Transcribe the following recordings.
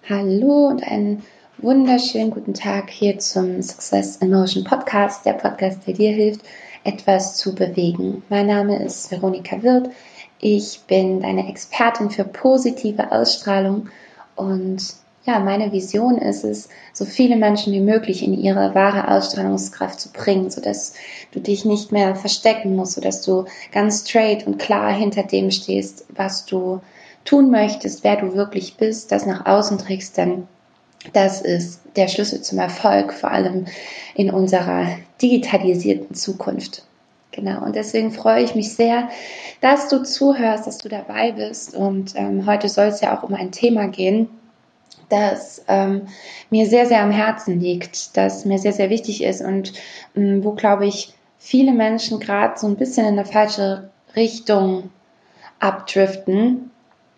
Hallo und einen wunderschönen guten Tag hier zum Success in Motion Podcast, der Podcast, der dir hilft, etwas zu bewegen. Mein Name ist Veronika Wirth. Ich bin deine Expertin für positive Ausstrahlung und ja, meine Vision ist es, so viele Menschen wie möglich in ihre wahre Ausstrahlungskraft zu bringen, sodass du dich nicht mehr verstecken musst, sodass du ganz straight und klar hinter dem stehst, was du tun möchtest, wer du wirklich bist, das nach außen trägst, denn das ist der Schlüssel zum Erfolg, vor allem in unserer digitalisierten Zukunft. Genau, und deswegen freue ich mich sehr, dass du zuhörst, dass du dabei bist. Und heute soll es ja auch um ein Thema gehen, das mir sehr, sehr am Herzen liegt, das mir sehr, sehr wichtig ist und wo, glaube ich, viele Menschen gerade so ein bisschen in eine falsche Richtung abdriften.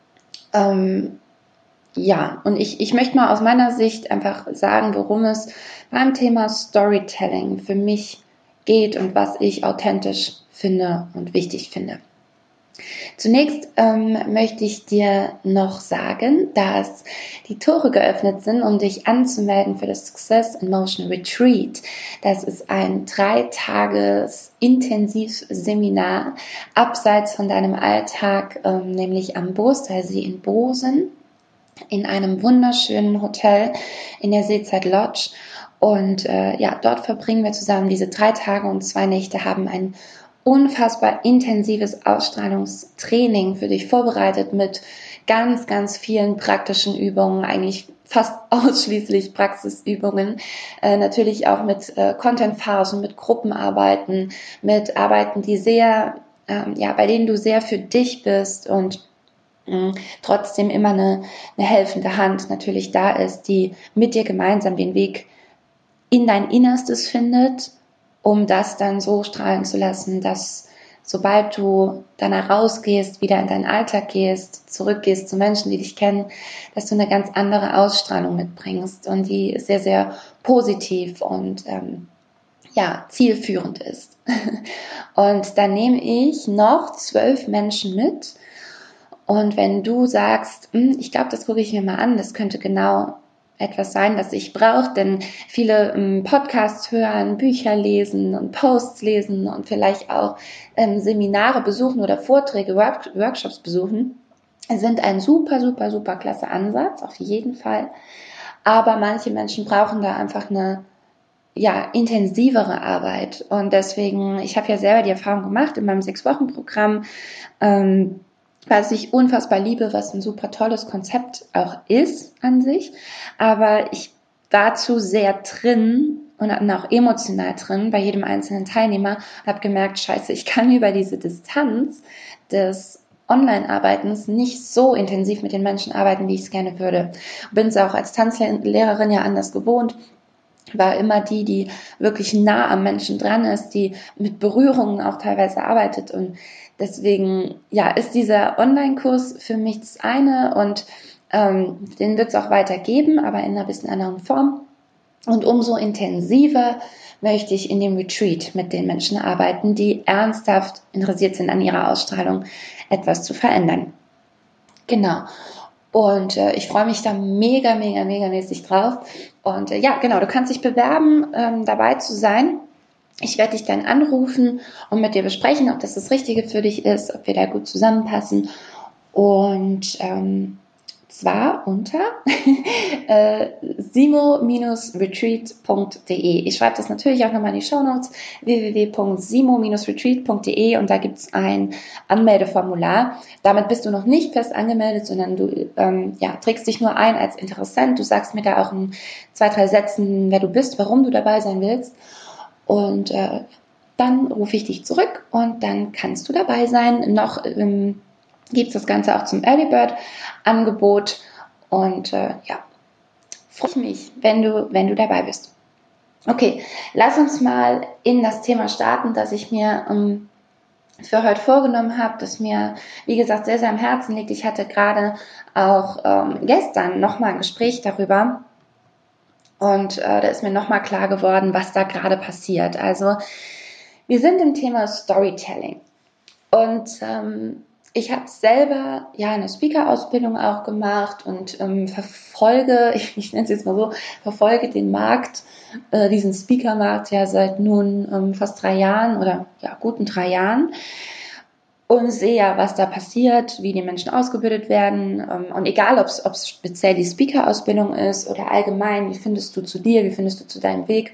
Ja, und ich möchte mal aus meiner Sicht einfach sagen, worum es beim Thema Storytelling für mich geht und was ich authentisch finde und wichtig finde. Zunächst möchte ich dir noch sagen, dass die Tore geöffnet sind, um dich anzumelden für das Success in Motion Retreat. Das ist ein 3-Tages Intensivseminar abseits von deinem Alltag, nämlich am Bostersee in Bosen, in einem wunderschönen Hotel in der Seezeit Lodge. Und dort verbringen wir zusammen diese 3 Tage und 2 Nächte, haben ein unfassbar intensives Ausstrahlungstraining für dich vorbereitet mit ganz, ganz vielen praktischen Übungen, eigentlich fast ausschließlich Praxisübungen, natürlich auch mit Content-Phasen, mit Gruppenarbeiten, mit Arbeiten, die sehr, bei denen du sehr für dich bist und trotzdem immer eine helfende Hand natürlich da ist, die mit dir gemeinsam den Weg in dein Innerstes findet, um das dann so strahlen zu lassen, dass sobald du dann rausgehst, wieder in deinen Alltag gehst, zurückgehst zu Menschen, die dich kennen, dass du eine ganz andere Ausstrahlung mitbringst und die sehr, sehr positiv und zielführend ist. Und dann nehme ich noch 12 Menschen mit. Und wenn du sagst, ich glaube, das gucke ich mir mal an, das könnte genau etwas sein, das ich brauche, denn viele Podcasts hören, Bücher lesen und Posts lesen und vielleicht auch Seminare besuchen oder Vorträge, Workshops besuchen, sind ein super, super, super klasse Ansatz, auf jeden Fall. Aber manche Menschen brauchen da einfach eine intensivere Arbeit. Und deswegen, ich habe ja selber die Erfahrung gemacht in meinem 6-Wochen-Programm, was ich unfassbar liebe, was ein super tolles Konzept auch ist an sich. Aber ich war zu sehr drin und auch emotional drin bei jedem einzelnen Teilnehmer und habe gemerkt, scheiße, ich kann über diese Distanz des Online-Arbeitens nicht so intensiv mit den Menschen arbeiten, wie ich es gerne würde. Bin es auch als Tanzlehrerin ja anders gewohnt, war immer die wirklich nah am Menschen dran ist, die mit Berührungen auch teilweise arbeitet, und deswegen ist dieser Online-Kurs für mich das eine und den wird es auch weiter geben, aber in einer bisschen anderen Form, und umso intensiver möchte ich in dem Retreat mit den Menschen arbeiten, die ernsthaft interessiert sind an ihrer Ausstrahlung, etwas zu verändern. Genau. Und ich freue mich da mega, mega, mega mäßig drauf. Und du kannst dich bewerben, dabei zu sein. Ich werde dich dann anrufen und mit dir besprechen, ob das Richtige für dich ist, ob wir da gut zusammenpassen. Und zwar unter simo-retreat.de. Ich schreibe das natürlich auch nochmal in die Shownotes, www.simo-retreat.de, und da gibt es ein Anmeldeformular. Damit bist du noch nicht fest angemeldet, sondern du trägst dich nur ein als Interessent. Du sagst mir da auch in 2, 3 Sätzen, wer du bist, warum du dabei sein willst. Und dann rufe ich dich zurück und dann kannst du dabei sein. Noch gibt es das Ganze auch zum Early Bird Angebot, und freue mich, wenn du dabei bist. Okay, lass uns mal in das Thema starten, das ich mir für heute vorgenommen habe, das mir, wie gesagt, sehr, sehr am Herzen liegt. Ich hatte gerade auch gestern nochmal ein Gespräch darüber, und da ist mir nochmal klar geworden, was da gerade passiert. Also wir sind im Thema Storytelling, und ich habe selber ja eine Speaker-Ausbildung auch gemacht und verfolge, ich nenne es jetzt mal so, verfolge den Markt, diesen Speaker-Markt ja seit nun fast 3 Jahren oder ja guten 3 Jahren und sehe ja, was da passiert, wie die Menschen ausgebildet werden und egal, ob es speziell die Speaker-Ausbildung ist oder allgemein, wie findest du zu dir, wie findest du zu deinem Weg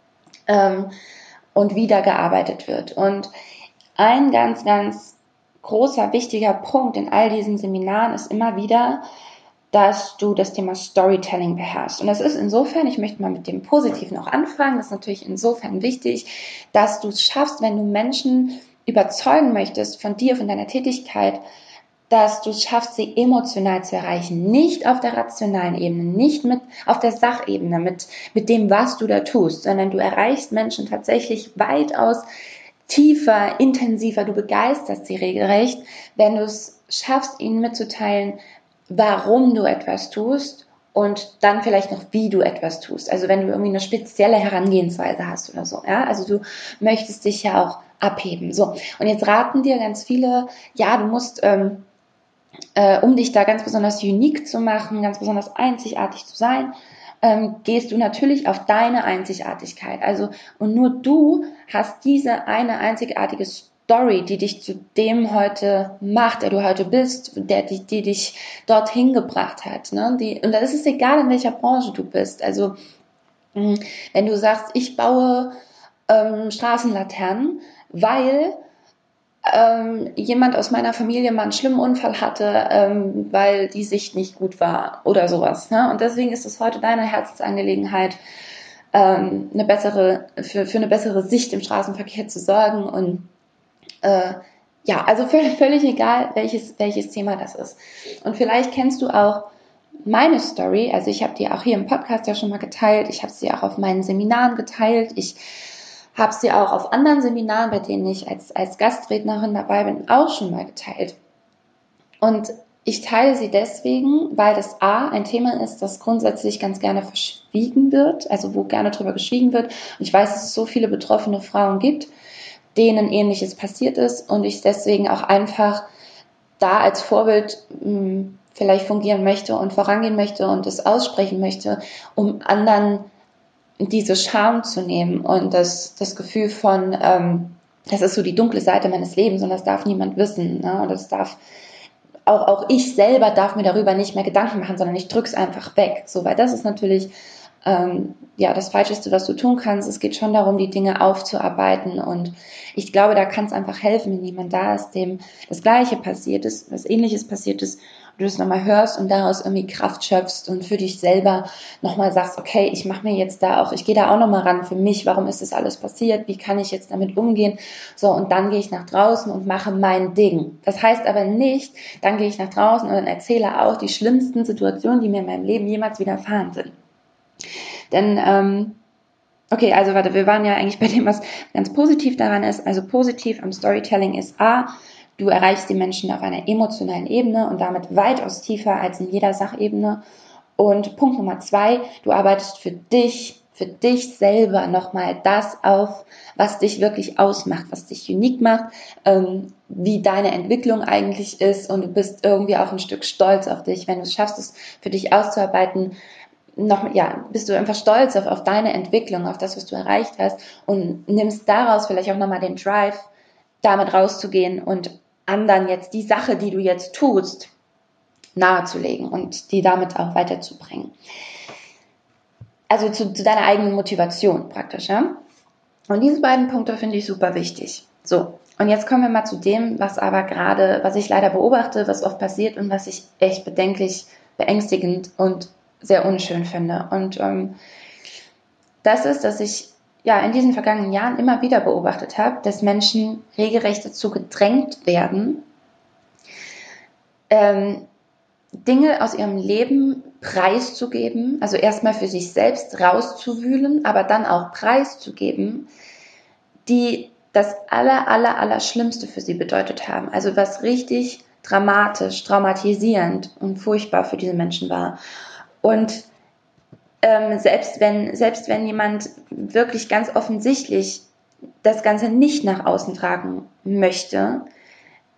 und wie da gearbeitet wird. Und ein ganz, ganz großer, wichtiger Punkt in all diesen Seminaren ist immer wieder, dass du das Thema Storytelling beherrschst. Und das ist insofern, ich möchte mal mit dem Positiven auch anfangen, das ist natürlich insofern wichtig, dass du es schaffst, wenn du Menschen überzeugen möchtest von dir, von deiner Tätigkeit, dass du es schaffst, sie emotional zu erreichen. Nicht auf der rationalen Ebene, nicht auf der Sachebene, mit dem, was du da tust, sondern du erreichst Menschen tatsächlich weitaus tiefer, intensiver, du begeisterst sie regelrecht, wenn du es schaffst, ihnen mitzuteilen, warum du etwas tust und dann vielleicht noch, wie du etwas tust. Also wenn du irgendwie eine spezielle Herangehensweise hast oder so. Ja? Also du möchtest dich ja auch abheben. So, und jetzt raten dir ganz viele, ja, du musst, um dich da ganz besonders unique zu machen, ganz besonders einzigartig zu sein, gehst du natürlich auf deine Einzigartigkeit. Also, und nur du hast diese eine einzigartige Story, die dich zu dem heute macht, der du heute bist, die dich dorthin gebracht hat. Ne? Und das ist egal, in welcher Branche du bist. Also, wenn du sagst, ich baue Straßenlaternen, weil jemand aus meiner Familie mal einen schlimmen Unfall hatte, weil die Sicht nicht gut war oder sowas. Ne? Und deswegen ist es heute deine Herzensangelegenheit, für eine bessere Sicht im Straßenverkehr zu sorgen. Und ja, also völlig egal, welches Thema das ist. Und vielleicht kennst du auch meine Story, also ich habe die auch hier im Podcast ja schon mal geteilt, ich habe sie auch auf meinen Seminaren geteilt, ich habe sie auch auf anderen Seminaren, bei denen ich als Gastrednerin dabei bin, auch schon mal geteilt. Und ich teile sie deswegen, weil das A, ein Thema ist, das grundsätzlich ganz gerne verschwiegen wird, also wo gerne drüber geschwiegen wird. Und ich weiß, dass es so viele betroffene Frauen gibt, denen Ähnliches passiert ist und ich deswegen auch einfach da als Vorbild vielleicht fungieren möchte und vorangehen möchte und es aussprechen möchte, um anderen diese Scham zu nehmen und das Gefühl von, das ist so die dunkle Seite meines Lebens und das darf niemand wissen. Ne? Und das darf, auch ich selber darf mir darüber nicht mehr Gedanken machen, sondern ich drück's einfach weg. So, weil das ist natürlich ja, das Falscheste, was du tun kannst. Es geht schon darum, die Dinge aufzuarbeiten und ich glaube, da kann es einfach helfen, wenn jemand da ist, dem das Gleiche passiert ist, was Ähnliches passiert ist, und du es nochmal hörst und daraus irgendwie Kraft schöpfst und für dich selber nochmal sagst, okay, ich mache mir jetzt da auch, ich gehe da auch nochmal ran für mich, warum ist das alles passiert, wie kann ich jetzt damit umgehen, so, und dann gehe ich nach draußen und mache mein Ding. Das heißt aber nicht, dann gehe ich nach draußen und erzähle auch die schlimmsten Situationen, die mir in meinem Leben jemals widerfahren sind. Denn, okay, also warte, wir waren ja eigentlich bei dem, was ganz positiv daran ist. Also positiv am Storytelling ist A, du erreichst die Menschen auf einer emotionalen Ebene und damit weitaus tiefer als in jeder Sachebene. Und Punkt Nummer 2, du arbeitest für dich selber nochmal das auf, was dich wirklich ausmacht, was dich unique macht, wie deine Entwicklung eigentlich ist und du bist irgendwie auch ein Stück stolz auf dich, wenn du es schaffst, es für dich auszuarbeiten, bist du einfach stolz auf deine Entwicklung, auf das, was du erreicht hast und nimmst daraus vielleicht auch nochmal den Drive, damit rauszugehen und anderen jetzt die Sache, die du jetzt tust, nahezulegen und die damit auch weiterzubringen. Also zu deiner eigenen Motivation praktisch, ja. Und diese beiden Punkte finde ich super wichtig. So, und jetzt kommen wir mal zu dem, was ich leider beobachte, was oft passiert und was ich echt bedenklich, beängstigend und sehr unschön finde. Und das ist, dass ich ja in diesen vergangenen Jahren immer wieder beobachtet habe, dass Menschen regelrecht dazu gedrängt werden, Dinge aus ihrem Leben preiszugeben, also erstmal für sich selbst rauszuwühlen, aber dann auch preiszugeben, die das aller Schlimmste für sie bedeutet haben. Also was richtig dramatisch, traumatisierend und furchtbar für diese Menschen war. Und selbst wenn jemand wirklich ganz offensichtlich das Ganze nicht nach außen tragen möchte,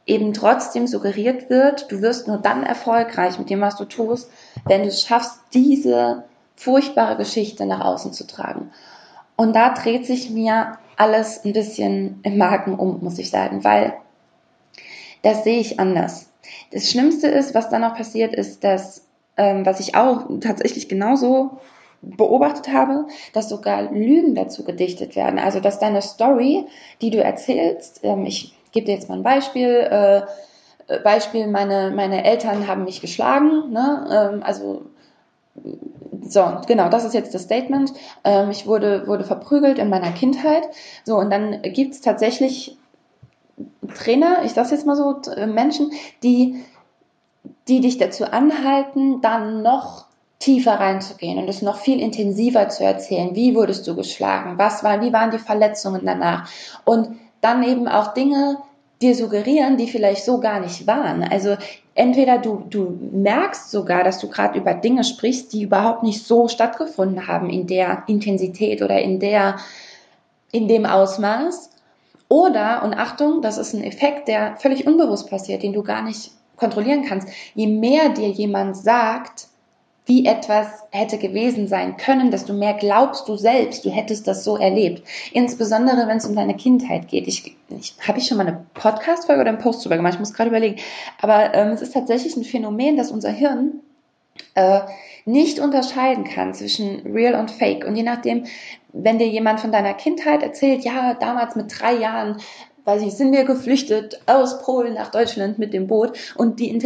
eben trotzdem suggeriert wird, du wirst nur dann erfolgreich mit dem, was du tust, wenn du es schaffst, diese furchtbare Geschichte nach außen zu tragen. Und da dreht sich mir alles ein bisschen im Magen um, muss ich sagen, weil das sehe ich anders. Das Schlimmste ist, was dann noch passiert, ist, dass, was ich auch tatsächlich genauso beobachtet habe, dass sogar Lügen dazu gedichtet werden. Also, dass deine Story, die du erzählst, ich gebe dir jetzt mal ein Beispiel, meine Eltern haben mich geschlagen, ne? So, genau, das ist jetzt das Statement. Ich wurde verprügelt in meiner Kindheit. So, und dann gibt's tatsächlich Trainer, ich sag's jetzt mal so, Menschen, die dich dazu anhalten, dann noch tiefer reinzugehen und es noch viel intensiver zu erzählen. Wie wurdest du geschlagen? Wie waren die Verletzungen danach? Und dann eben auch Dinge dir suggerieren, die vielleicht so gar nicht waren. Also entweder du merkst sogar, dass du gerade über Dinge sprichst, die überhaupt nicht so stattgefunden haben in der Intensität oder in dem Ausmaß. Oder, und Achtung, das ist ein Effekt, der völlig unbewusst passiert, den du gar nicht kontrollieren kannst. Je mehr dir jemand sagt, wie etwas hätte gewesen sein können, desto mehr glaubst du selbst, du hättest das so erlebt. Insbesondere, wenn es um deine Kindheit geht. Habe ich schon mal eine Podcast-Folge oder einen Post drüber gemacht? Ich muss gerade überlegen. Aber es ist tatsächlich ein Phänomen, dass unser Hirn nicht unterscheiden kann zwischen real und fake. Und je nachdem, wenn dir jemand von deiner Kindheit erzählt, ja, damals mit 3 Jahren, weiß ich, sind wir geflüchtet aus Polen nach Deutschland mit dem Boot und die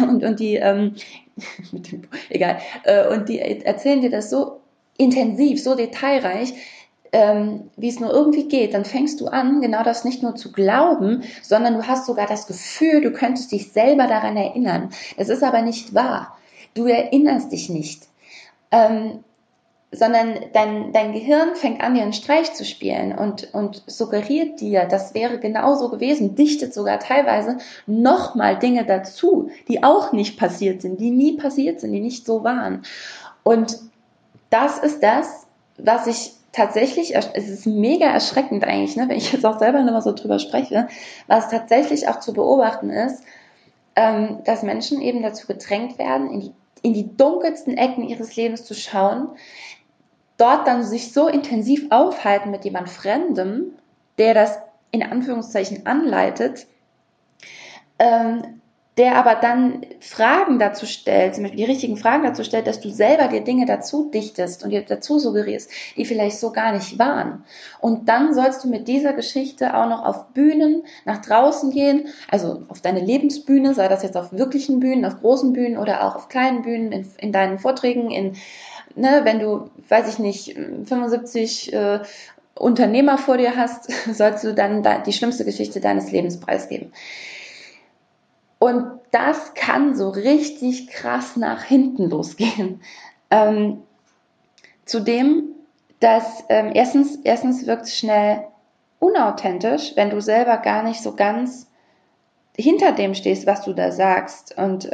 mit dem, egal, und die erzählen dir das so intensiv, so detailreich, wie es nur irgendwie geht, dann fängst du an, genau das nicht nur zu glauben, sondern du hast sogar das Gefühl, du könntest dich selber daran erinnern. Das ist aber nicht wahr. Du erinnerst dich nicht. Sondern dein Gehirn fängt an, dir einen Streich zu spielen und suggeriert dir, das wäre genauso gewesen, dichtet sogar teilweise nochmal Dinge dazu, die auch nicht passiert sind, die nie passiert sind, die nicht so waren. Und das ist das, was ich tatsächlich, es ist mega erschreckend eigentlich, ne, wenn ich jetzt auch selber nochmal so drüber spreche, was tatsächlich auch zu beobachten ist, dass Menschen eben dazu gedrängt werden, in die dunkelsten Ecken ihres Lebens zu schauen, dort dann sich so intensiv aufhalten mit jemand Fremdem, der das in Anführungszeichen anleitet, der aber dann Fragen dazu stellt, zum Beispiel die richtigen Fragen dazu stellt, dass du selber dir Dinge dazu dichtest und dir dazu suggerierst, die vielleicht so gar nicht waren. Und dann sollst du mit dieser Geschichte auch noch auf Bühnen nach draußen gehen, also auf deine Lebensbühne, sei das jetzt auf wirklichen Bühnen, auf großen Bühnen oder auch auf kleinen Bühnen, in deinen Vorträgen, wenn du, weiß ich nicht, 75 Unternehmer vor dir hast, sollst du dann die schlimmste Geschichte deines Lebens preisgeben. Und das kann so richtig krass nach hinten losgehen. Zudem, dass erstens wirkt es schnell unauthentisch, wenn du selber gar nicht so ganz hinter dem stehst, was du da sagst. Und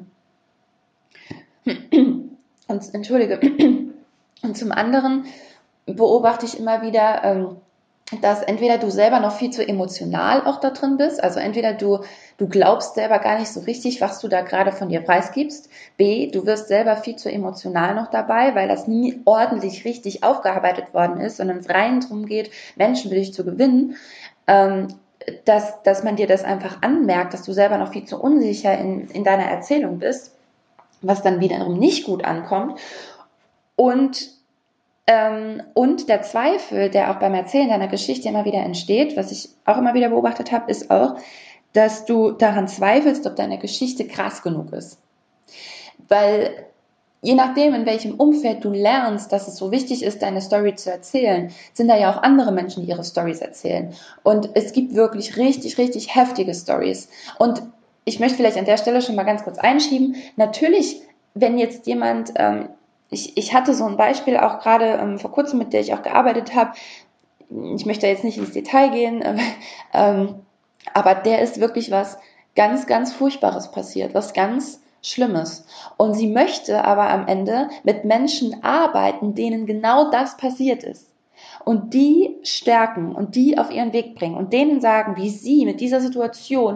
entschuldige. Und zum anderen beobachte ich immer wieder, dass entweder du selber noch viel zu emotional auch da drin bist, also entweder du glaubst selber gar nicht so richtig, was du da gerade von dir preisgibst, B, du wirst selber viel zu emotional noch dabei, weil das nie ordentlich richtig aufgearbeitet worden ist, sondern es rein darum geht, Menschen für dich zu gewinnen, dass man dir das einfach anmerkt, dass du selber noch viel zu unsicher in deiner Erzählung bist, was dann wiederum nicht gut ankommt. Und der Zweifel, der auch beim Erzählen deiner Geschichte immer wieder entsteht, was ich auch immer wieder beobachtet habe, ist auch, dass du daran zweifelst, ob deine Geschichte krass genug ist. Weil je nachdem, in welchem Umfeld du lernst, dass es so wichtig ist, deine Story zu erzählen, sind da ja auch andere Menschen, die ihre Stories erzählen. Und es gibt wirklich richtig, richtig heftige Stories. Und ich möchte vielleicht an der Stelle schon mal ganz kurz einschieben. Natürlich, wenn jetzt jemand... Ich hatte so ein Beispiel auch gerade vor kurzem, mit der ich auch gearbeitet habe. Ich möchte jetzt nicht ins Detail gehen, aber der ist wirklich was ganz, ganz Furchtbares passiert, was ganz Schlimmes. Und sie möchte aber am Ende mit Menschen arbeiten, denen genau das passiert ist. Und die stärken und die auf ihren Weg bringen und denen sagen, wie sie mit dieser Situation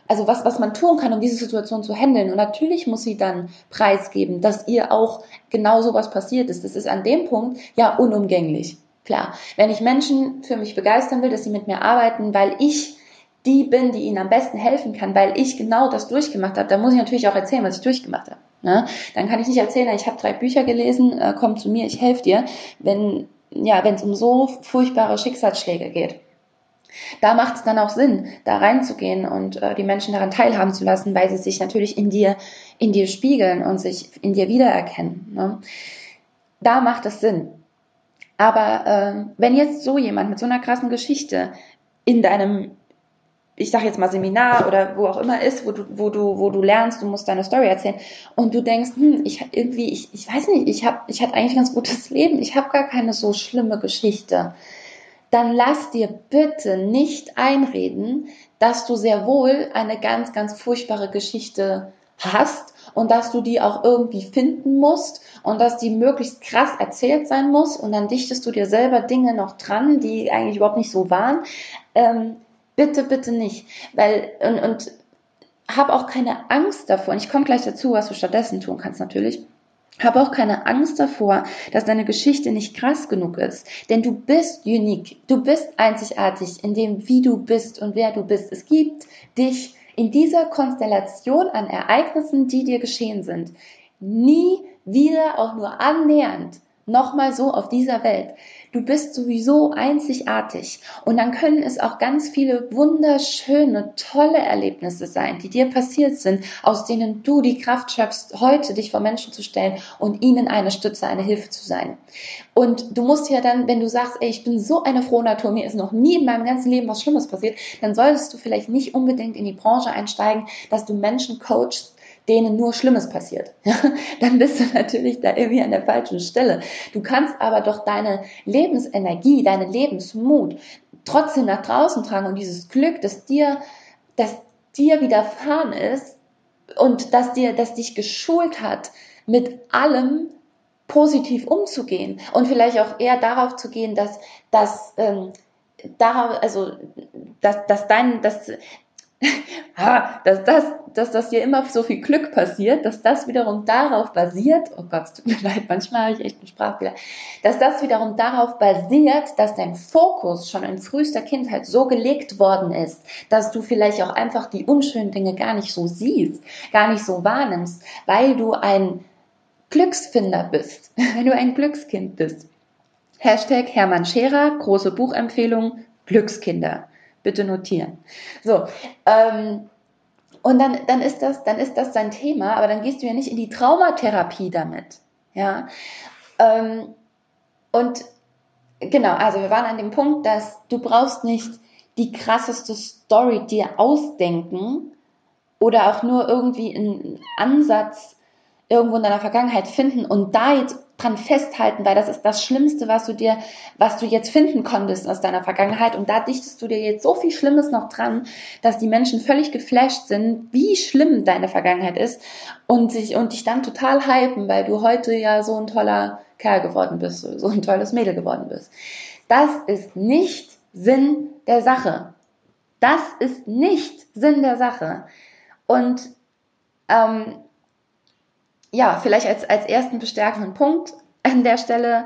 also was man tun kann, um diese Situation zu handeln. Und natürlich muss sie dann preisgeben, dass ihr auch genau sowas passiert ist. Das ist an dem Punkt ja unumgänglich. Klar, wenn ich Menschen für mich begeistern will, dass sie mit mir arbeiten, weil ich die bin, die ihnen am besten helfen kann, weil ich genau das durchgemacht habe, dann muss ich natürlich auch erzählen, was ich durchgemacht habe. Ne? Dann kann ich nicht erzählen, ich habe 3 Bücher gelesen, komm zu mir, ich helfe dir, wenn es um so furchtbare Schicksalsschläge geht. Da macht es dann auch Sinn, da reinzugehen und die Menschen daran teilhaben zu lassen, weil sie sich natürlich in dir spiegeln und sich in dir wiedererkennen. Ne? Da macht es Sinn. Aber wenn jetzt so jemand mit so einer krassen Geschichte in deinem, ich sag jetzt mal Seminar oder wo auch immer ist, wo du lernst, du musst deine Story erzählen und du denkst, ich weiß nicht, ich hatte eigentlich ein ganz gutes Leben, ich habe gar keine so schlimme Geschichte, dann lass dir bitte nicht einreden, dass du sehr wohl eine ganz, ganz furchtbare Geschichte hast und dass du die auch irgendwie finden musst und dass die möglichst krass erzählt sein muss und dann dichtest du dir selber Dinge noch dran, die eigentlich überhaupt nicht so waren. Bitte, bitte nicht. Und hab auch keine Angst davor. Und ich komme gleich dazu, was du stattdessen tun kannst natürlich. Hab auch keine Angst davor, dass deine Geschichte nicht krass genug ist. Denn du bist unique. Du bist einzigartig in dem, wie du bist und wer du bist. Es gibt dich in dieser Konstellation an Ereignissen, die dir geschehen sind, nie wieder auch nur annähernd nochmal so auf dieser Welt. Du bist sowieso einzigartig und dann können es auch ganz viele wunderschöne, tolle Erlebnisse sein, die dir passiert sind, aus denen du die Kraft schöpfst, heute dich vor Menschen zu stellen und ihnen eine Stütze, eine Hilfe zu sein. Und du musst ja dann, wenn du sagst, ey, ich bin so eine frohe Natur, mir ist noch nie in meinem ganzen Leben was Schlimmes passiert, dann solltest du vielleicht nicht unbedingt in die Branche einsteigen, dass du Menschen coachst, denen nur Schlimmes passiert. Ja, dann bist du natürlich da irgendwie an der falschen Stelle. Du kannst aber doch deine Lebensenergie, deinen Lebensmut trotzdem nach draußen tragen und dieses Glück, das dir widerfahren ist und das dich geschult hat, mit allem positiv umzugehen und vielleicht auch eher darauf zu gehen, dass das dir immer so viel Glück passiert, dass das wiederum darauf basiert, oh Gott, es tut mir leid, manchmal habe ich echt einen Sprachfehler, dass das wiederum darauf basiert, dass dein Fokus schon in frühester Kindheit so gelegt worden ist, dass du vielleicht auch einfach die unschönen Dinge gar nicht so siehst, gar nicht so wahrnimmst, weil du ein Glücksfinder bist, wenn du ein Glückskind bist. Hashtag Hermann Scherer, große Buchempfehlung, Glückskinder. Bitte notieren. So, und dann ist das dein Thema, aber dann gehst du ja nicht in die Traumatherapie damit. Ja, und genau, also wir waren an dem Punkt, dass du brauchst nicht die krasseste Story dir ausdenken oder auch nur irgendwie einen Ansatz irgendwo in deiner Vergangenheit finden und da jetzt dran festhalten, weil das ist das Schlimmste, was du jetzt finden konntest aus deiner Vergangenheit und da dichtest du dir jetzt so viel Schlimmes noch dran, dass die Menschen völlig geflasht sind, wie schlimm deine Vergangenheit ist und dich dann total hypen, weil du heute ja so ein toller Kerl geworden bist, so ein tolles Mädel geworden bist. Das ist nicht Sinn der Sache. Das ist nicht Sinn der Sache. Und ja, vielleicht als ersten bestärkenden Punkt an der Stelle,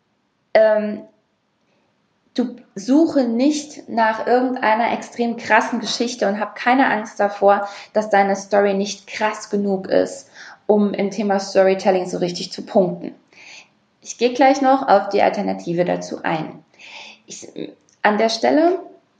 du suche nicht nach irgendeiner extrem krassen Geschichte und hab keine Angst davor, dass deine Story nicht krass genug ist, um im Thema Storytelling so richtig zu punkten. Ich gehe gleich noch auf die Alternative dazu ein. An der Stelle,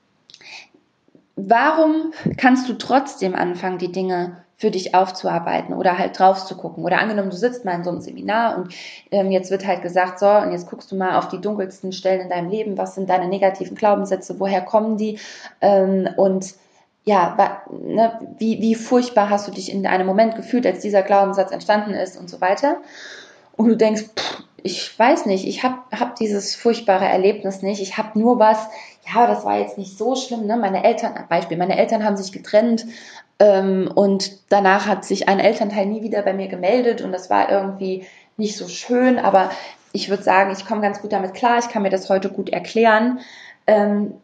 warum kannst du trotzdem anfangen, die Dinge für dich aufzuarbeiten oder halt drauf zu gucken? Oder angenommen, du sitzt mal in so einem Seminar und jetzt wird halt gesagt, so, und jetzt guckst du mal auf die dunkelsten Stellen in deinem Leben, was sind deine negativen Glaubenssätze, woher kommen die? Und ja, wie furchtbar hast du dich in einem Moment gefühlt, als dieser Glaubenssatz entstanden ist und so weiter. Und du denkst, ich weiß nicht, ich hab dieses furchtbare Erlebnis nicht, ich habe nur was, ja, das war jetzt nicht so schlimm, ne? Meine Eltern haben sich getrennt und danach hat sich ein Elternteil nie wieder bei mir gemeldet und das war irgendwie nicht so schön, aber ich würde sagen, ich komme ganz gut damit klar, ich kann mir das heute gut erklären.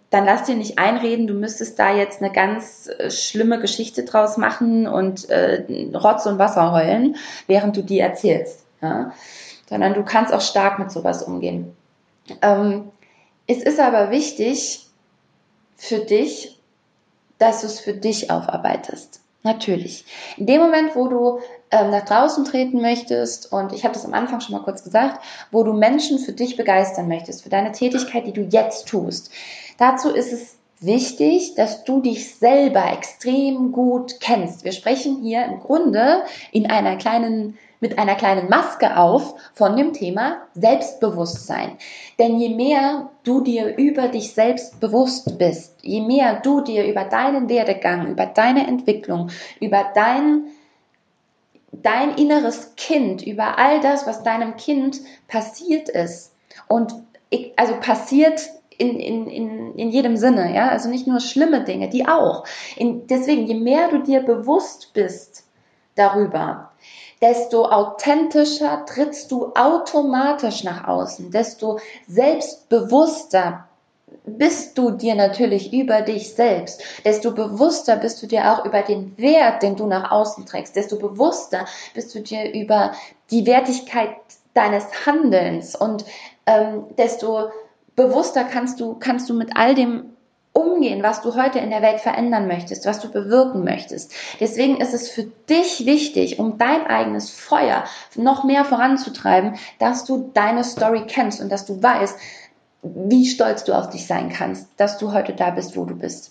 dann lass dir nicht einreden, du müsstest da jetzt eine ganz schlimme Geschichte draus machen und Rotz und Wasser heulen, während du die erzählst. Ja? Sondern du kannst auch stark mit sowas umgehen. Es ist aber wichtig für dich, dass du es für dich aufarbeitest. Natürlich. In dem Moment, wo du nach draußen treten möchtest, und ich habe das am Anfang schon mal kurz gesagt, wo du Menschen für dich begeistern möchtest, für deine Tätigkeit, die du jetzt tust, dazu ist es wichtig, dass du dich selber extrem gut kennst. Wir sprechen hier im Grunde mit einer kleinen Maske auf von dem Thema Selbstbewusstsein. Denn je mehr du dir über dich selbst bewusst bist, je mehr du dir über deinen Werdegang, über deine Entwicklung, über dein inneres Kind, über all das, was deinem Kind passiert ist, und also passiert in jedem Sinne, ja, also nicht nur schlimme Dinge, die auch. Deswegen, je mehr du dir bewusst bist darüber, desto authentischer trittst du automatisch nach außen, desto selbstbewusster bist du dir natürlich über dich selbst, desto bewusster bist du dir auch über den Wert, den du nach außen trägst, desto bewusster bist du dir über die Wertigkeit deines Handelns und desto bewusster kannst du mit all dem umgehen, was du heute in der Welt verändern möchtest, was du bewirken möchtest. Deswegen ist es für dich wichtig, um dein eigenes Feuer noch mehr voranzutreiben, dass du deine Story kennst und dass du weißt, wie stolz du auf dich sein kannst, dass du heute da bist, wo du bist.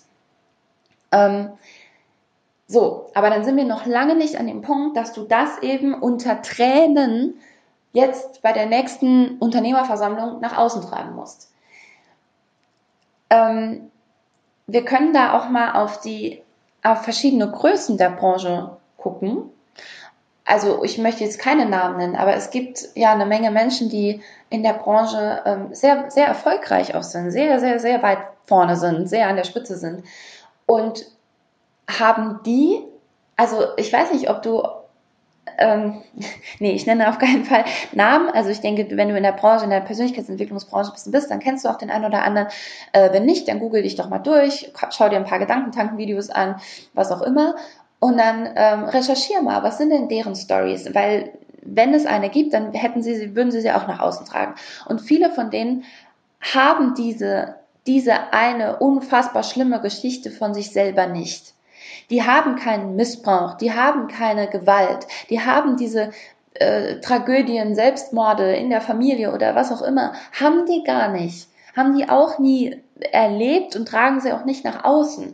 So, aber dann sind wir noch lange nicht an dem Punkt, dass du das eben unter Tränen jetzt bei der nächsten Unternehmerversammlung nach außen tragen musst. Wir können da auch mal auf verschiedene Größen der Branche gucken. Also ich möchte jetzt keine Namen nennen, aber es gibt ja eine Menge Menschen, die in der Branche sehr, sehr erfolgreich auch sind, sehr, sehr, sehr weit vorne sind, sehr an der Spitze sind. Und haben die, also ich weiß nicht, ob du, nee, ich nenne auf keinen Fall Namen. Also ich denke, wenn du in der Branche, in der Persönlichkeitsentwicklungsbranche bist, dann kennst du auch den einen oder anderen. Wenn nicht, dann google dich doch mal durch, schau dir ein paar Gedankentanken-Videos an, was auch immer. Und dann recherchier mal, was sind denn deren Stories? Weil wenn es eine gibt, dann würden sie auch nach außen tragen. Und viele von denen haben diese eine unfassbar schlimme Geschichte von sich selber nicht. Die haben keinen Missbrauch, die haben keine Gewalt, die haben diese Tragödien, Selbstmorde in der Familie oder was auch immer, haben die gar nicht. Haben die auch nie erlebt und tragen sie auch nicht nach außen.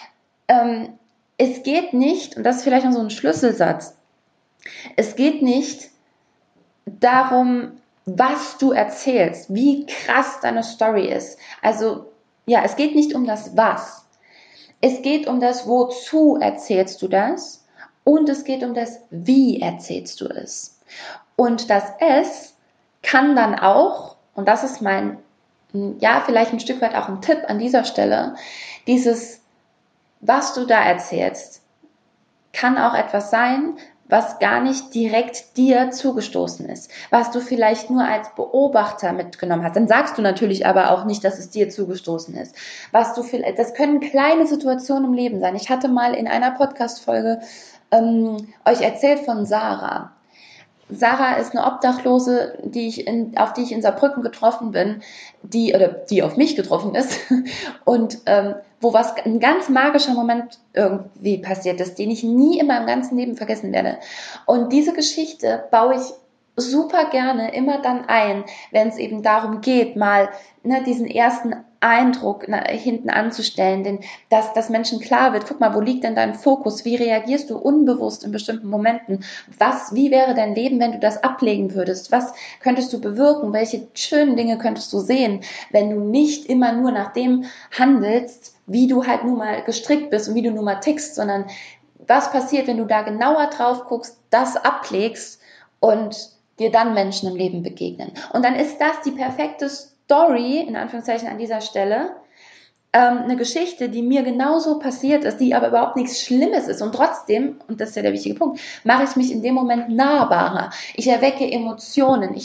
Es geht nicht, und das ist vielleicht noch so ein Schlüsselsatz, es geht nicht darum, was du erzählst, wie krass deine Story ist. Also, ja, es geht nicht um das Was. Es geht um das Wozu erzählst du das und es geht um das Wie erzählst du es. Und das Es kann dann auch, und das ist vielleicht ein Stück weit auch ein Tipp an dieser Stelle, dieses, was du da erzählst, kann auch etwas sein, was gar nicht direkt dir zugestoßen ist, was du vielleicht nur als Beobachter mitgenommen hast. Dann sagst du natürlich aber auch nicht, dass es dir zugestoßen ist. Das können kleine Situationen im Leben sein. Ich hatte mal in einer Podcast-Folge euch erzählt von Sarah. Sarah ist eine Obdachlose, auf die ich in Saarbrücken getroffen bin, die auf mich getroffen ist und wo ein ganz magischer Moment irgendwie passiert ist, den ich nie in meinem ganzen Leben vergessen werde. Und diese Geschichte baue ich super gerne immer dann ein, wenn es eben darum geht, mal diesen ersten Eindruck hinten anzustellen, denn dass Menschen klar wird, guck mal, wo liegt denn dein Fokus, wie reagierst du unbewusst in bestimmten Momenten, wie wäre dein Leben, wenn du das ablegen würdest, was könntest du bewirken, welche schönen Dinge könntest du sehen, wenn du nicht immer nur nach dem handelst, wie du halt nun mal gestrickt bist und wie du nun mal tickst, sondern was passiert, wenn du da genauer drauf guckst, das ablegst und dir dann Menschen im Leben begegnen. Und dann ist das die perfekte Story, in Anführungszeichen an dieser Stelle, eine Geschichte, die mir genauso passiert ist, die aber überhaupt nichts Schlimmes ist. Und trotzdem, und das ist ja der wichtige Punkt, mache ich mich in dem Moment nahbarer. Ich erwecke Emotionen.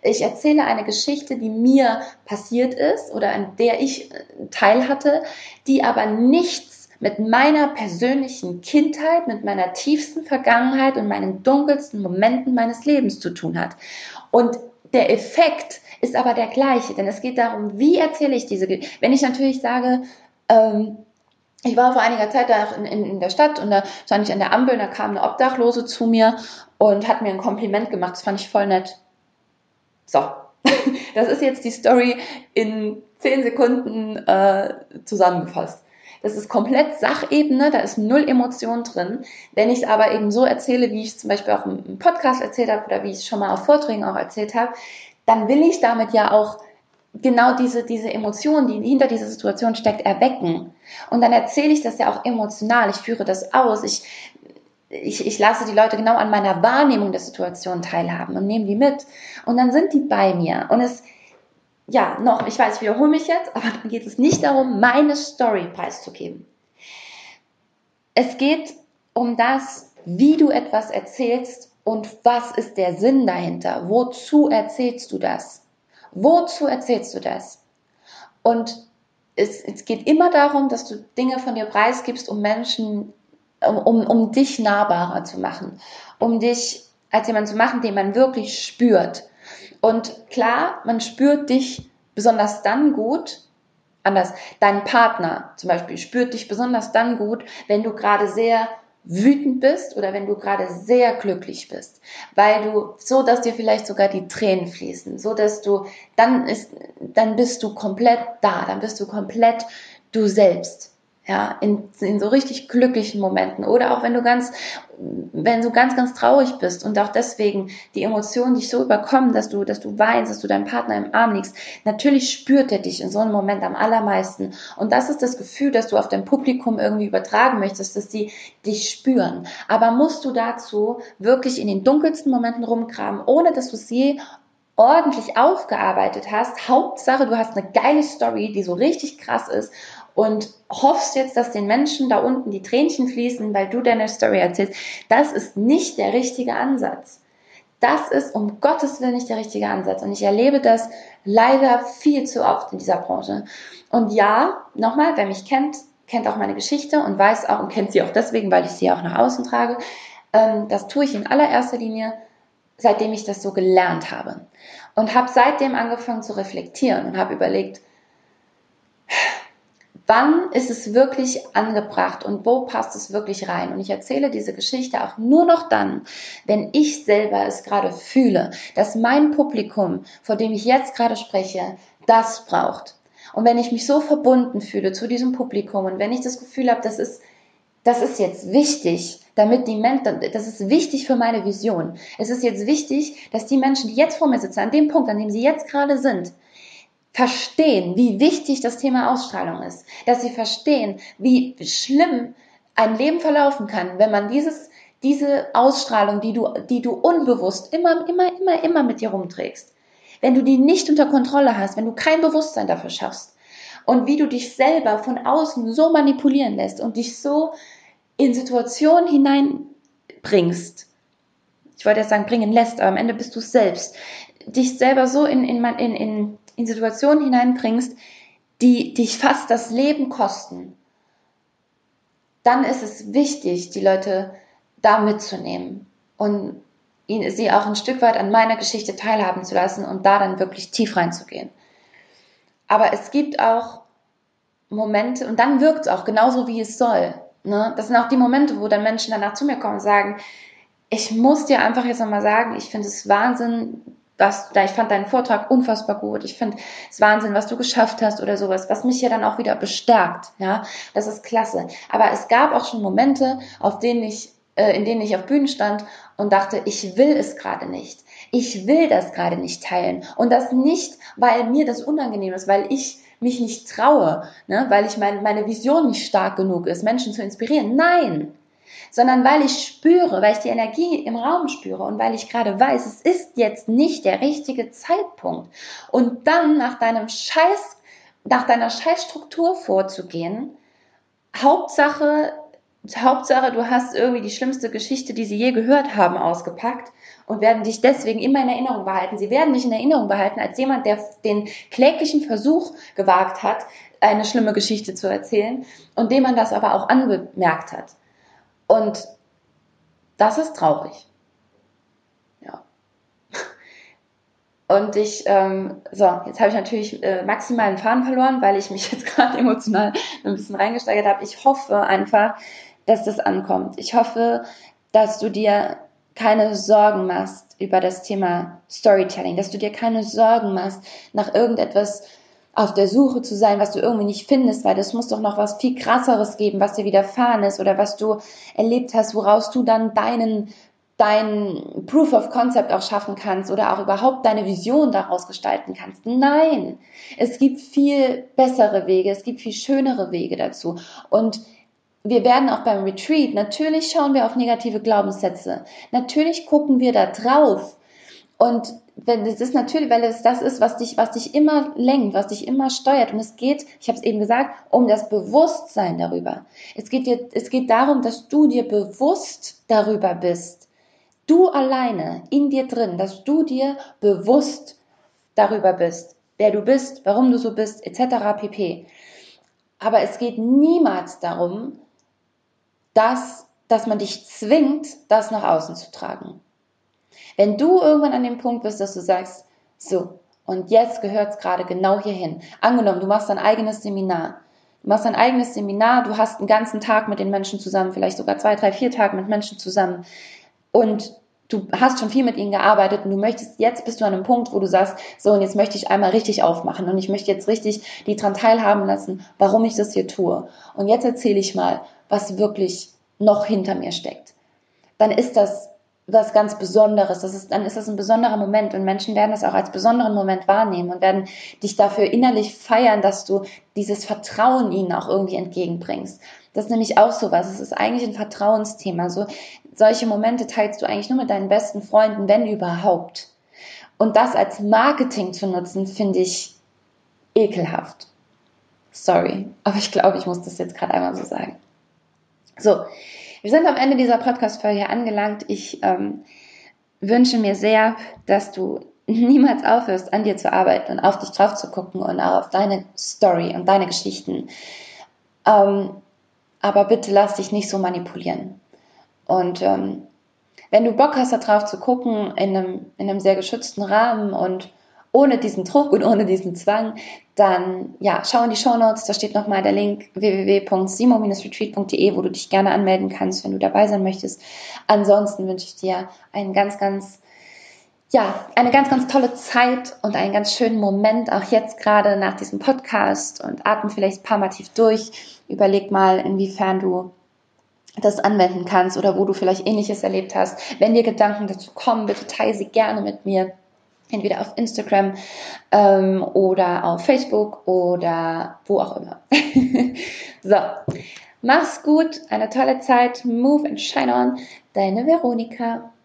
ich erzähle eine Geschichte, die mir passiert ist oder an der ich Teil hatte, die aber nichts mit meiner persönlichen Kindheit, mit meiner tiefsten Vergangenheit und meinen dunkelsten Momenten meines Lebens zu tun hat. Und der Effekt ist aber der gleiche, denn es geht darum, wie erzähle ich diese Geschichte. Wenn ich natürlich sage, ich war vor einiger Zeit da in der Stadt und da stand ich an der Ampel und da kam eine Obdachlose zu mir und hat mir ein Kompliment gemacht. Das fand ich voll nett. So, das ist jetzt die Story in 10 Sekunden zusammengefasst. Das ist komplett Sachebene, da ist null Emotion drin. Wenn ich es aber eben so erzähle, wie ich es zum Beispiel auch im Podcast erzählt habe oder wie ich es schon mal auf Vorträgen auch erzählt habe, dann will ich damit ja auch genau diese Emotion, die hinter dieser Situation steckt, erwecken. Und dann erzähle ich das ja auch emotional, ich führe das aus, ich lasse die Leute genau an meiner Wahrnehmung der Situation teilhaben und nehme die mit. Und dann sind die bei mir. Und ich weiß, ich wiederhole mich jetzt, aber dann geht es nicht darum, meine Story preiszugeben. Es geht um das, wie du etwas erzählst und was ist der Sinn dahinter. Wozu erzählst du das? Wozu erzählst du das? Und es geht immer darum, dass du Dinge von dir preisgibst, um Menschen, um dich nahbarer zu machen, um dich als jemand zu machen, den man wirklich spürt. Und klar, man spürt dich besonders dann gut, anders, dein Partner zum Beispiel spürt dich besonders dann gut, wenn du gerade sehr wütend bist oder wenn du gerade sehr glücklich bist, weil du, so dass dir vielleicht sogar die Tränen fließen, so dass du, dann bist du komplett da, dann bist du komplett du selbst. Ja, in so richtig glücklichen Momenten oder auch wenn du ganz, ganz traurig bist und auch deswegen die Emotionen dich so überkommen, dass du weinst, dass du deinem Partner im Arm liegst. Natürlich spürt er dich in so einem Moment am allermeisten. Und das ist das Gefühl, das du auf dein Publikum irgendwie übertragen möchtest, dass sie dich spüren. Aber musst du dazu wirklich in den dunkelsten Momenten rumgraben, ohne dass du es je ordentlich aufgearbeitet hast. Hauptsache, du hast eine geile Story, die so richtig krass ist und hoffst jetzt, dass den Menschen da unten die Tränchen fließen, weil du deine Story erzählst. Das ist nicht der richtige Ansatz. Das ist um Gottes Willen nicht der richtige Ansatz. Und ich erlebe das leider viel zu oft in dieser Branche. Und ja, nochmal, wer mich kennt, kennt auch meine Geschichte und weiß auch und kennt sie auch deswegen, weil ich sie auch nach außen trage. Das tue ich in allererster Linie, seitdem ich das so gelernt habe. Und habe seitdem angefangen zu reflektieren und habe überlegt, wann ist es wirklich angebracht und wo passt es wirklich rein? Und ich erzähle diese Geschichte auch nur noch dann, wenn ich selber es gerade fühle, dass mein Publikum, vor dem ich jetzt gerade spreche, das braucht. Und wenn ich mich so verbunden fühle zu diesem Publikum und wenn ich das Gefühl habe, das ist jetzt wichtig, damit die Menschen, das ist wichtig für meine Vision. Es ist jetzt wichtig, dass die Menschen, die jetzt vor mir sitzen, an dem Punkt, an dem sie jetzt gerade sind, verstehen, wie wichtig das Thema Ausstrahlung ist. Dass sie verstehen, wie schlimm ein Leben verlaufen kann, wenn man diese Ausstrahlung, die du unbewusst immer mit dir rumträgst, wenn du die nicht unter Kontrolle hast, wenn du kein Bewusstsein dafür schaffst und wie du dich selber von außen so manipulieren lässt und dich so in Situationen hineinbringst. Ich wollte jetzt sagen, bringen lässt, aber am Ende bist du es selbst. Dich selber so in Situationen hineinbringst, die dich fast das Leben kosten. Dann ist es wichtig, die Leute da mitzunehmen und sie auch ein Stück weit an meiner Geschichte teilhaben zu lassen und da dann wirklich tief reinzugehen. Aber es gibt auch Momente, und dann wirkt es auch genauso, wie es soll. Ne? Das sind auch die Momente, wo dann Menschen danach zu mir kommen und sagen, ich muss dir einfach jetzt nochmal sagen, ich finde es Wahnsinn, ich fand deinen Vortrag unfassbar gut, ich finde es Wahnsinn, was du geschafft hast oder sowas, was mich ja dann auch wieder bestärkt, ja, das ist klasse. Aber es gab auch schon Momente, in denen ich auf Bühnen stand und dachte, ich will es gerade nicht. Ich will das gerade nicht teilen. Und das nicht, weil mir das unangenehm ist, weil ich mich nicht traue, ne, weil ich meine Vision nicht stark genug ist, Menschen zu inspirieren. Nein! Sondern weil ich spüre, weil ich die Energie im Raum spüre und weil ich gerade weiß, es ist jetzt nicht der richtige Zeitpunkt. Und dann nach deiner Scheißstruktur vorzugehen, Hauptsache, Hauptsache, du hast irgendwie die schlimmste Geschichte, die sie je gehört haben, ausgepackt und werden dich deswegen immer in Erinnerung behalten. Sie werden dich in Erinnerung behalten als jemand, der den kläglichen Versuch gewagt hat, eine schlimme Geschichte zu erzählen und dem man das aber auch angemerkt hat. Und das ist traurig. Ja. Und jetzt habe ich natürlich maximal den Faden verloren, weil ich mich jetzt gerade emotional ein bisschen reingesteigert habe. Ich hoffe einfach, dass das ankommt. Ich hoffe, dass du dir keine Sorgen machst über das Thema Storytelling, dass du dir keine Sorgen machst, nach irgendetwas auf der Suche zu sein, was du irgendwie nicht findest, weil das muss doch noch was viel krasseres geben, was dir widerfahren ist oder was du erlebt hast, woraus du dann dein Proof of Concept auch schaffen kannst oder auch überhaupt deine Vision daraus gestalten kannst. Nein, es gibt viel bessere Wege, es gibt viel schönere Wege dazu. Und wir werden auch beim Retreat, natürlich schauen wir auf negative Glaubenssätze, natürlich gucken wir da drauf. Und wenn es ist natürlich, weil es das ist, was dich immer lenkt, was dich immer steuert. Und es geht, ich habe es eben gesagt, um das Bewusstsein darüber. Es geht darum, dass du dir bewusst darüber bist. Du alleine in dir drin, dass du dir bewusst darüber bist, wer du bist, warum du so bist, etc. pp. Aber es geht niemals darum, dass man dich zwingt, das nach außen zu tragen. Wenn du irgendwann an dem Punkt bist, dass du sagst, so, und jetzt gehört es gerade genau hierhin. Angenommen, du machst dein eigenes Seminar. Du hast einen ganzen Tag mit den Menschen zusammen, vielleicht sogar 2, 3, 4 Tage mit Menschen zusammen. Und du hast schon viel mit ihnen gearbeitet und jetzt bist du an einem Punkt, wo du sagst, so, und jetzt möchte ich einmal richtig aufmachen und ich möchte jetzt richtig die dran teilhaben lassen, warum ich das hier tue. Und jetzt erzähle ich mal, was wirklich noch hinter mir steckt. Dann ist das was ganz Besonderes. Dann ist das ein besonderer Moment und Menschen werden das auch als besonderen Moment wahrnehmen und werden dich dafür innerlich feiern, dass du dieses Vertrauen ihnen auch irgendwie entgegenbringst. Das ist nämlich auch sowas. Es ist eigentlich ein Vertrauensthema. Solche Momente teilst du eigentlich nur mit deinen besten Freunden, wenn überhaupt. Und das als Marketing zu nutzen, finde ich ekelhaft. Sorry, aber ich glaube, ich muss das jetzt gerade einmal so sagen. So, wir sind am Ende dieser Podcast-Folge angelangt. Ich wünsche mir sehr, dass du niemals aufhörst, an dir zu arbeiten und auf dich drauf zu gucken und auch auf deine Story und deine Geschichten. Aber bitte lass dich nicht so manipulieren. Und wenn du Bock hast, da drauf zu gucken, in einem sehr geschützten Rahmen und ohne diesen Druck und ohne diesen Zwang, dann schau in die Shownotes, da steht nochmal der Link www.simo-retreat.de, wo du dich gerne anmelden kannst, wenn du dabei sein möchtest. Ansonsten wünsche ich dir eine ganz, ganz tolle Zeit und einen ganz schönen Moment, auch jetzt gerade nach diesem Podcast, und atme vielleicht ein paar Mal tief durch. Überleg mal, inwiefern du das anwenden kannst oder wo du vielleicht Ähnliches erlebt hast. Wenn dir Gedanken dazu kommen, bitte teile sie gerne mit mir. Entweder auf Instagram oder auf Facebook oder wo auch immer. So, mach's gut, eine tolle Zeit. Move and shine on. Deine Veronika.